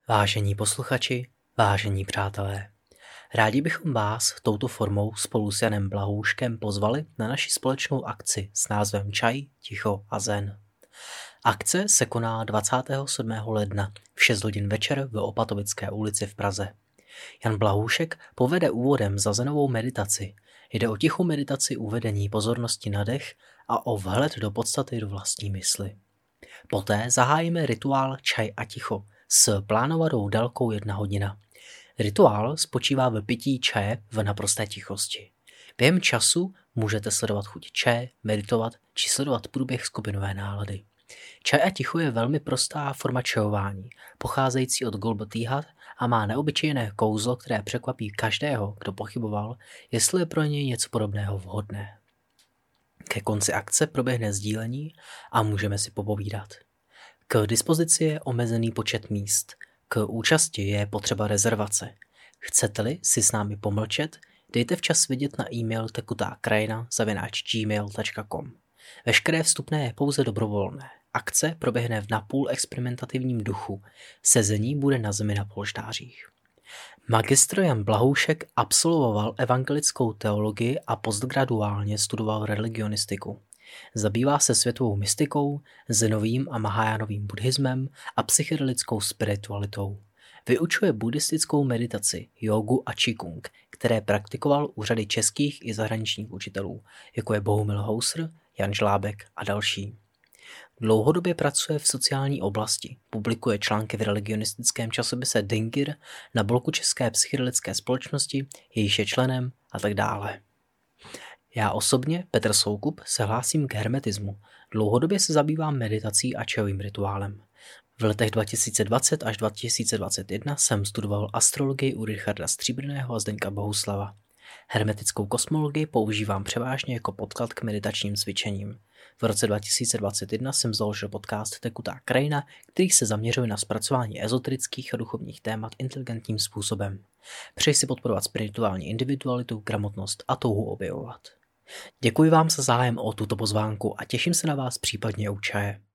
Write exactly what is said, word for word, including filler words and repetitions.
Vážení posluchači, vážení přátelé, rádi bychom vás touto formou spolu s Janem Blahouškem pozvali na naši společnou akci s názvem Čaj, ticho a zen. Akce se koná dvacátého sedmého ledna v šest hodin večer v Opatovické ulici v Praze. Jan Blahoušek povede úvodem za zenovou meditaci. Jde o tichou meditaci uvedení pozornosti na dech a o vhled do podstaty do vlastní mysli. Poté zahájíme rituál Čaj a ticho s plánovanou délkou jedna hodina. Rituál spočívá ve pití čaje v naprosté tichosti. Během času můžete sledovat chuť čaje, meditovat či sledovat průběh skupinové nálady. Čaj a ticho je velmi prostá forma čajování, pocházející od Gulbtíhat a má neobyčejné kouzlo, které překvapí každého, kdo pochyboval, jestli je pro něj něco podobného vhodné. Ke konci akce proběhne sdílení a můžeme si popovídat. K dispozici je omezený počet míst. K účasti je potřeba rezervace. Chcete-li si s námi pomlčet, dejte včas vědět na e-mail tekutákrajina zavináč gmail tečka com. Veškeré vstupné je pouze dobrovolné. Akce proběhne v napůl experimentativním duchu. Sezení bude na zemi na polštářích. Magistr Jan Blahoušek absolvoval evangelickou teologii a postgraduálně studoval religionistiku. Zabývá se světovou mystikou, zenovým a mahajánovým buddhismem a psychedelickou spiritualitou. Vyučuje buddhistickou meditaci, jógu a qigong, které praktikoval u řady českých i zahraničních učitelů, jako je Bohumil Housr, Jan Žlábek a další. Dlouhodobě pracuje v sociální oblasti, publikuje články v religionistickém časopise Dingir, na bloku České psychedelické společnosti, jejíž je členem a tak dále. Já osobně, Petr Soukup, se hlásím k hermetismu. Dlouhodobě se zabývám meditací a čajovým rituálem. V letech dva tisíce dvacet až dva tisíce dvacet jedna jsem studoval astrologii u Richarda Stříbrného a Zdeňka Bohuslava. Hermetickou kosmologii používám převážně jako podklad k meditačním cvičením. V roce dva tisíce dvacet jedna jsem založil podcast Tekutá krajina, který se zaměřuje na zpracování ezoterických a duchovních témat inteligentním způsobem. Přeji si podporovat spirituální individualitu, gramotnost a touhu objevovat. Děkuji vám za zájem o tuto pozvánku a těším se na vás případně u čaje.